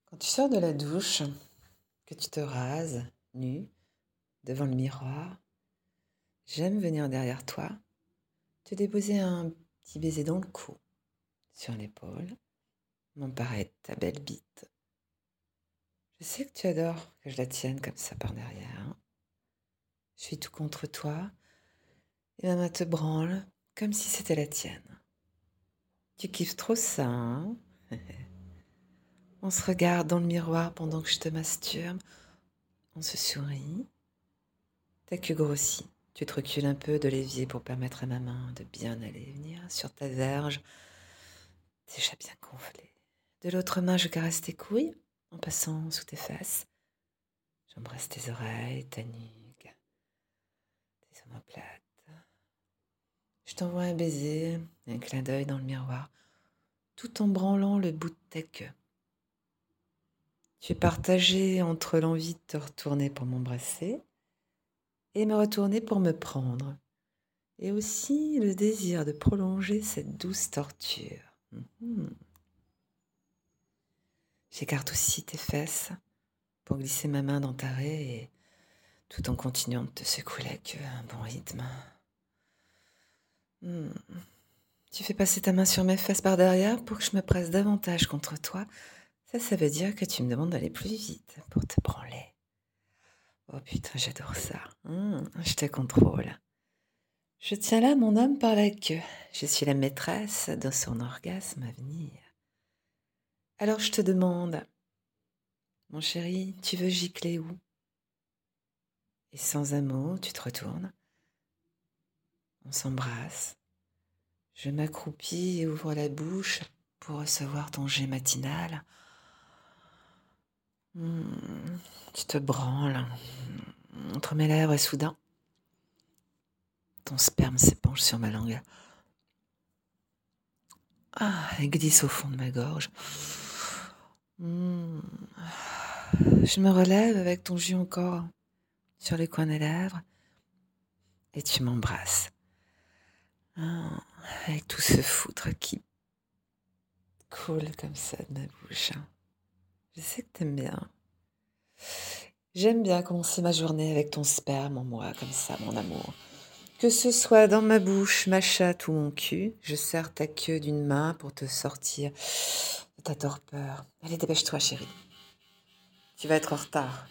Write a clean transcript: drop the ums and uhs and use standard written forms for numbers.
Quand tu sors de la douche, que tu te rases, nu, devant le miroir, j'aime venir derrière toi, te déposer un petit baiser dans le cou, sur l'épaule, m'emparer de ta belle bite. Je sais que tu adores que je la tienne comme ça par derrière. Je suis tout contre toi, et ma main te branle comme si c'était la tienne. Tu kiffes trop ça, hein? On se regarde dans le miroir pendant que je te masturbe, on se sourit. Ta queue grossit. Tu te recules un peu de l'évier pour permettre à ma main de bien aller et venir sur ta verge, déjà bien gonflée. De l'autre main, je caresse tes couilles en passant sous tes fesses. J'embrasse tes oreilles, ta nuque, tes omoplates. Je t'envoie un baiser, un clin d'œil dans le miroir, tout en branlant le bout de ta queue. Tu es partagé entre l'envie de te retourner pour m'embrasser et me retourner pour me prendre. Et aussi le désir de prolonger cette douce torture. J'écarte aussi tes fesses pour glisser ma main dans ta raie et tout en continuant de te secouer la queue à un bon rythme. Tu fais passer ta main sur mes fesses par derrière pour que je me presse davantage contre toi. Ça veut dire que tu me demandes d'aller plus vite pour te branler. Oh putain, j'adore ça. Je te contrôle. Je tiens là mon homme par la queue. Je suis la maîtresse de son orgasme à venir. Alors je te demande, mon chéri, tu veux gicler où? Et sans un mot, tu te retournes. On s'embrasse. Je m'accroupis et ouvre la bouche pour recevoir ton jet matinal. Tu te branles entre mes lèvres et soudain, ton sperme s'épanche sur ma langue. Il glisse au fond de ma gorge. Je me relève avec ton jus encore sur les coins des lèvres et tu m'embrasses. Avec tout ce foutre qui coule comme ça de ma bouche. Je sais que t'aimes bien. J'aime bien commencer ma journée avec ton sperme en moi, comme ça, mon amour. Que ce soit dans ma bouche, ma chatte ou mon cul, je serre ta queue d'une main pour te sortir de ta torpeur. Allez, dépêche-toi, chérie. Tu vas être en retard.